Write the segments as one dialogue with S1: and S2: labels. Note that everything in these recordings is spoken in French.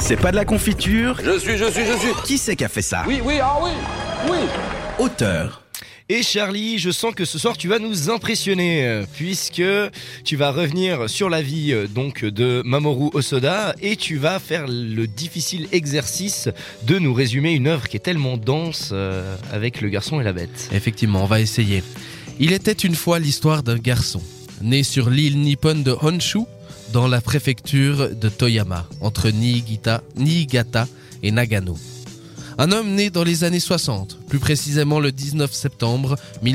S1: C'est pas de la confiture.
S2: Je suis.
S1: Qui c'est qui a fait ça?
S2: Oui.
S1: Auteur.
S3: Et Charlie, je sens que ce soir tu vas nous impressionner puisque tu vas revenir sur la vie donc de Mamoru Hosoda et tu vas faire le difficile exercice de nous résumer une œuvre qui est tellement dense avec Le Garçon et la Bête.
S4: Effectivement, on va essayer. Il était une fois l'histoire d'un garçon, né sur l'île nippone de Honshu, dans la préfecture de Toyama, entre Niigata et Nagano. Un homme né dans les années 60, plus précisément le 19 septembre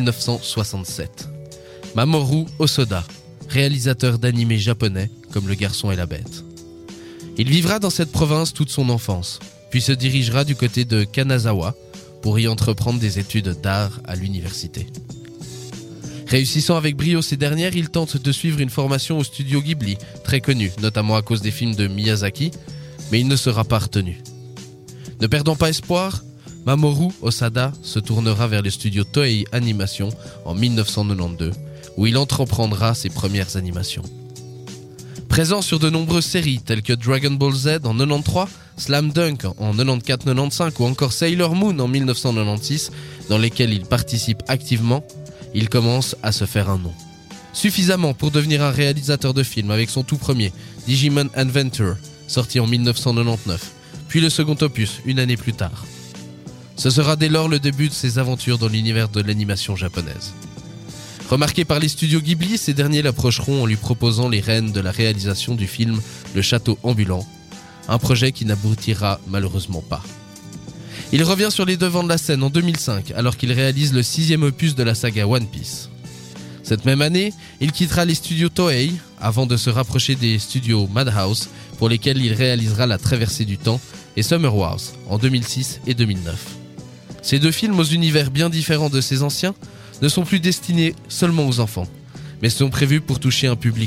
S4: 1967. Mamoru Hosoda, réalisateur d'animés japonais comme Le Garçon et la Bête. Il vivra dans cette province toute son enfance, puis se dirigera du côté de Kanazawa pour y entreprendre des études d'art à l'université. Réussissant avec brio ces dernières, il tente de suivre une formation au studio Ghibli, très connu, notamment à cause des films de Miyazaki, mais il ne sera pas retenu. Ne perdant pas espoir, Mamoru Hosoda se tournera vers le studio Toei Animation en 1992, où il entreprendra ses premières animations. Présent sur de nombreuses séries telles que Dragon Ball Z en 93, Slam Dunk en 94-95 ou encore Sailor Moon en 1996, dans lesquelles il participe activement, il commence à se faire un nom. Suffisamment pour devenir un réalisateur de films avec son tout premier, Digimon Adventure, sorti en 1999, puis le second opus, une année plus tard. Ce sera dès lors le début de ses aventures dans l'univers de l'animation japonaise. Remarqué par les studios Ghibli, ces derniers l'approcheront en lui proposant les rênes de la réalisation du film Le Château Ambulant, un projet qui n'aboutira malheureusement pas. Il revient sur les devants de la scène en 2005, alors qu'il réalise le 6e opus de la saga One Piece. Cette même année, il quittera les studios Toei, avant de se rapprocher des studios Madhouse, pour lesquels il réalisera La Traversée du Temps et Summer Wars en 2006 et 2009. Ces deux films aux univers bien différents de ses anciens ne sont plus destinés seulement aux enfants, mais sont prévus pour toucher un public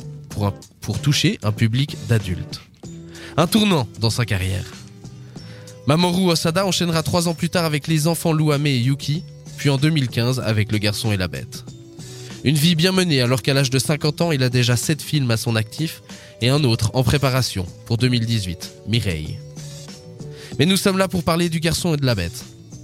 S4: d'adultes. Un tournant dans sa carrière. Mamoru Hosoda enchaînera 3 ans plus tard avec Les Enfants Louame et Yuki, puis en 2015 avec Le Garçon et la Bête. Une vie bien menée alors qu'à l'âge de 50 ans, il a déjà 7 films à son actif et un autre en préparation pour 2018, Mireille. Mais nous sommes là pour parler du Garçon et de la Bête.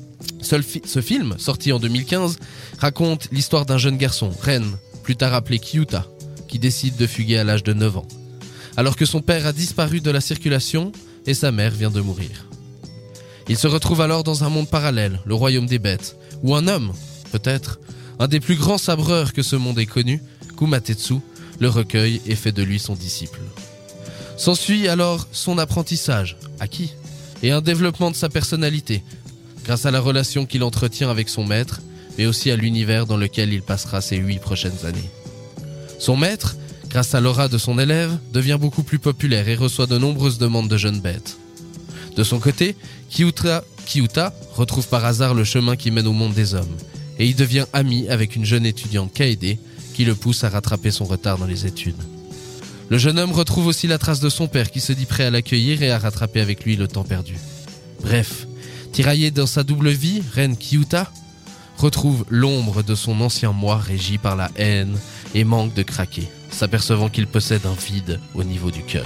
S4: Ce film, sorti en 2015, raconte l'histoire d'un jeune garçon, Ren, plus tard appelé Kyuta, qui décide de fuguer à l'âge de 9 ans, alors que son père a disparu de la circulation et sa mère vient de mourir. Il se retrouve alors dans un monde parallèle, le royaume des bêtes, où un homme, peut-être, un des plus grands sabreurs que ce monde ait connu, Kumatetsu, le recueille et fait de lui son disciple. S'ensuit alors son apprentissage, acquis, et un développement de sa personnalité, grâce à la relation qu'il entretient avec son maître, mais aussi à l'univers dans lequel il passera ses 8 prochaines années. Son maître, grâce à l'aura de son élève, devient beaucoup plus populaire et reçoit de nombreuses demandes de jeunes bêtes. De son côté, Kyuta retrouve par hasard le chemin qui mène au monde des hommes, et il devient ami avec une jeune étudiante Kaede qui le pousse à rattraper son retard dans les études. Le jeune homme retrouve aussi la trace de son père qui se dit prêt à l'accueillir et à rattraper avec lui le temps perdu. Bref, tiraillé dans sa double vie, Ren Kyuta retrouve l'ombre de son ancien moi régi par la haine et manque de craquer, s'apercevant qu'il possède un vide au niveau du cœur.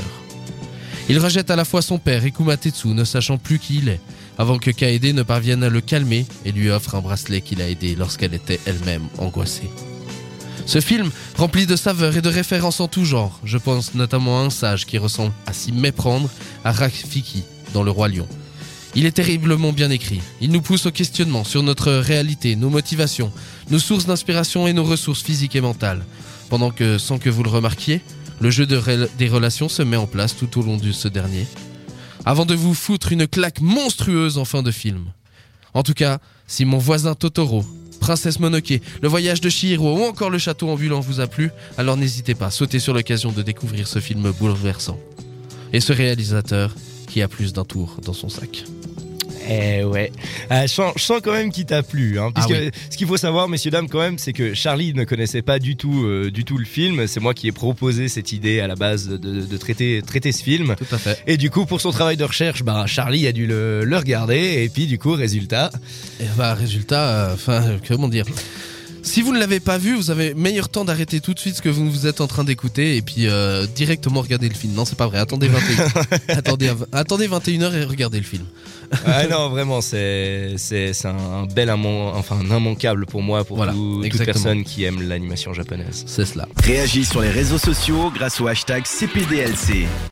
S4: Il rejette à la fois son père et Kumatetsu, ne sachant plus qui il est, avant que Kaede ne parvienne à le calmer et lui offre un bracelet qui l'a aidé lorsqu'elle était elle-même angoissée. Ce film, rempli de saveurs et de références en tout genre, je pense notamment à un sage qui ressemble à s'y méprendre à Rafiki dans Le Roi Lion. Il est terriblement bien écrit. Il nous pousse au questionnement sur notre réalité, nos motivations, nos sources d'inspiration et nos ressources physiques et mentales. Pendant que, sans que vous le remarquiez, le jeu des relations se met en place tout au long de ce dernier, avant de vous foutre une claque monstrueuse en fin de film. En tout cas, si Mon voisin Totoro, Princesse Mononoke, Le voyage de Chihiro ou encore Le château ambulant vous a plu, alors n'hésitez pas, sautez sur l'occasion de découvrir ce film bouleversant. Et ce réalisateur qui a plus d'un tour dans son sac.
S3: Eh ouais, je sens quand même qu'il t'a plu, hein, puisque
S4: oui.
S3: Ce qu'il faut savoir, messieurs dames, quand même, c'est que Charlie ne connaissait pas du tout le film. C'est moi qui ai proposé cette idée à la base de traiter ce film.
S4: Tout à fait.
S3: Et du coup, pour son travail de recherche, Charlie a dû le regarder. Et puis, du coup, résultat.
S4: Comment dire ? Si vous ne l'avez pas vu, vous avez meilleur temps d'arrêter tout de suite ce que vous êtes en train d'écouter et puis directement regarder le film. Non, c'est pas vrai. Attendez 21h et regardez le film.
S3: Ah non, vraiment, c'est un bel un immanquable pour moi, pour toute personne qui aime l'animation japonaise.
S4: C'est cela.
S1: Réagis sur les réseaux sociaux grâce au hashtag CPDLC.